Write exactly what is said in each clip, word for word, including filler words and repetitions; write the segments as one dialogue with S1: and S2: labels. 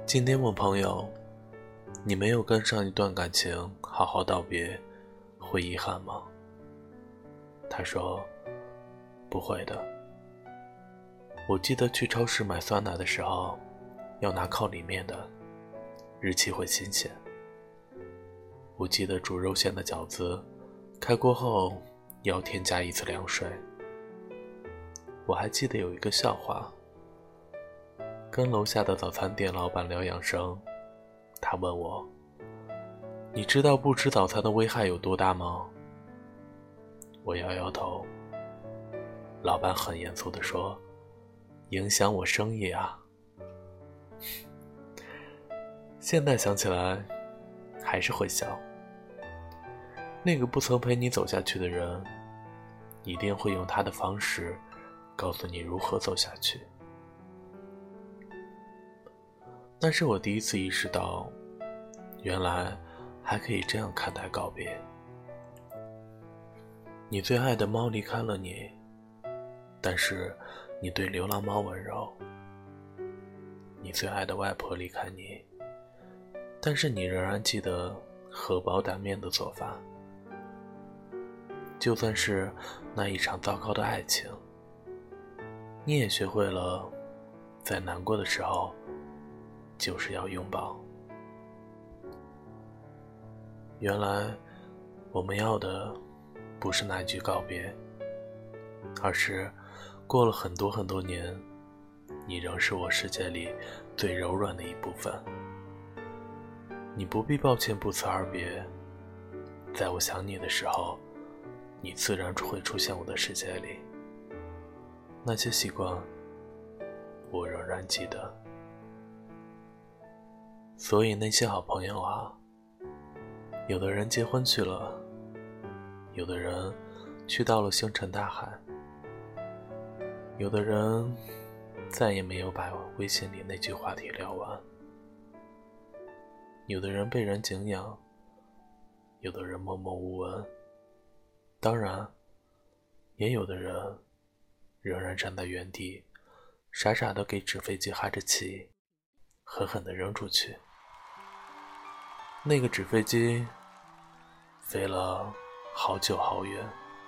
S1: 今天问朋友，你没有跟上一段感情好好道别，会遗憾吗？他说，不会的。我记得去超市买酸奶的时候，要拿靠里面的，日期会新鲜。我记得煮肉馅的饺子，开锅后要添加一次凉水。我还记得有一个笑话，跟楼下的早餐店老板聊养生，他问我，你知道不吃早餐的危害有多大吗？我摇摇头。老板很严肃地说，影响我生意啊。现在想起来还是会笑。那个不曾陪你走下去的人，一定会用他的方式告诉你如何走下去。那是我第一次意识到，原来还可以这样看待告别。你最爱的猫离开了你，但是你对流浪猫温柔。你最爱的外婆离开你，但是你仍然记得荷包蛋面的做法。就算是那一场糟糕的爱情，你也学会了在难过的时候就是要拥抱。原来我们要的不是那句告别，而是过了很多很多年，你仍是我世界里最柔软的一部分。你不必抱歉不辞而别，在我想你的时候，你自然会出现我的世界里。那些习惯我仍然记得。所以那些好朋友啊，有的人结婚去了，有的人去到了星辰大海，有的人再也没有把微信里那句话题聊完，有的人被人敬仰，有的人默默无闻，当然也有的人仍然站在原地，傻傻地给纸飞机哈着气，狠狠地扔出去。那个纸飞机飞了好久好远，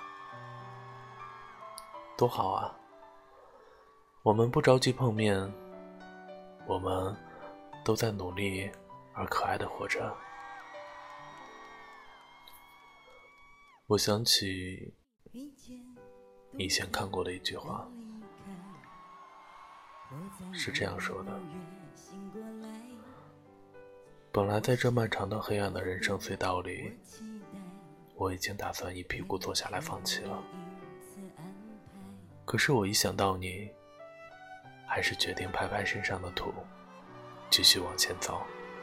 S1: 多好啊！我们不着急碰面，我们都在努力而可爱地活着。我想起以前看过的一句话，是这样说的，本来在这漫长的黑暗的人生隧道里，我已经打算一屁股坐下来放弃了，可是我一想到你，还是决定拍拍身上的土，继续往前走。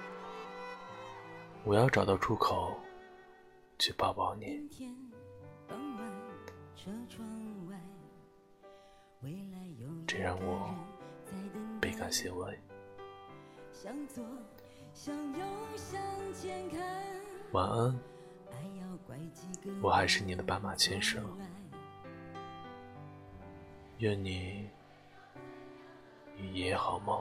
S1: 我要找到出口，去抱抱你。这让我倍感欣慰。晚安，我还是你的斑马先生。愿你一夜好梦。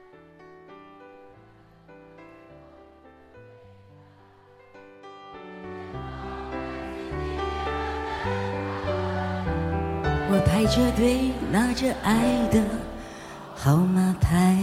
S2: 我排着队拿着爱的号码牌，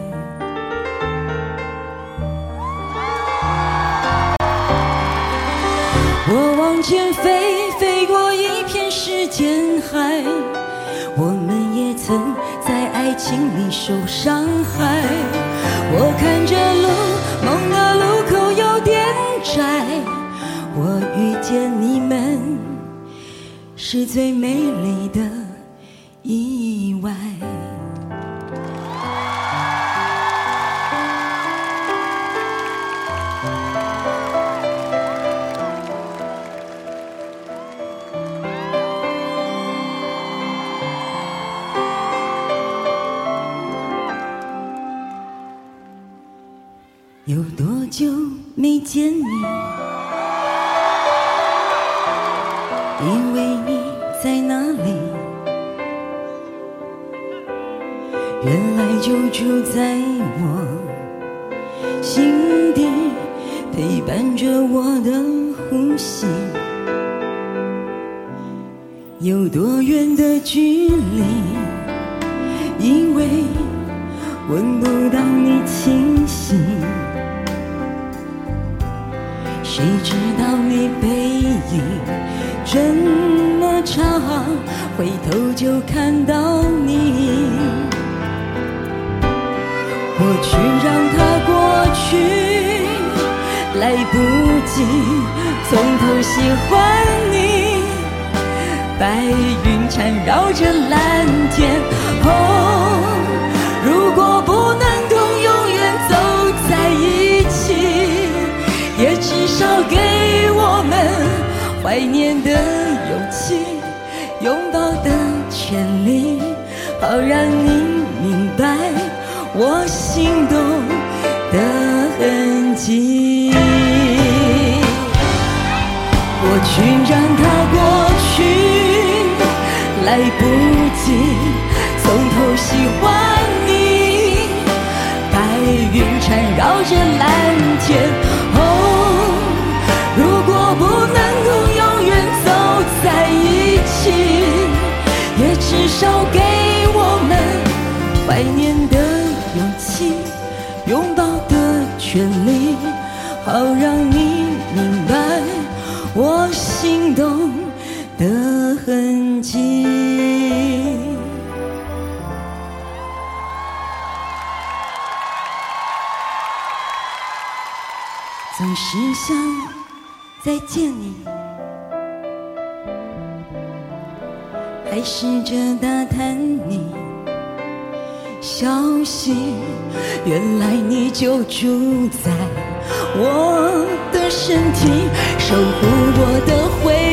S2: 我往前飞，飞过一片时间海，我们也曾在爱情里受伤害。我看着路，梦的路口有点窄，我遇见你们是最美丽的意外。有多久没见你，以为你在哪里，原来就住在我的呼吸，有多远的距离，以为闻不到你清晰，谁知道你背影这么长，回头就看到你。我去让它过去，来不及从头喜欢你。白云缠绕着蓝天，哦，如果不能够永远走在一起，也至少给我们怀念的勇气，拥抱的权利，好让你明白我心动的痕迹。我去让它过去，来不及从头喜欢你。白云缠绕着蓝天，哦，如果不能够永远走在一起，也至少给我们怀念的勇气，拥抱的权利，好让你明白我心动的痕迹。总是想再见你，还试着打探你消息，原来你就住在我的身体，守护我的回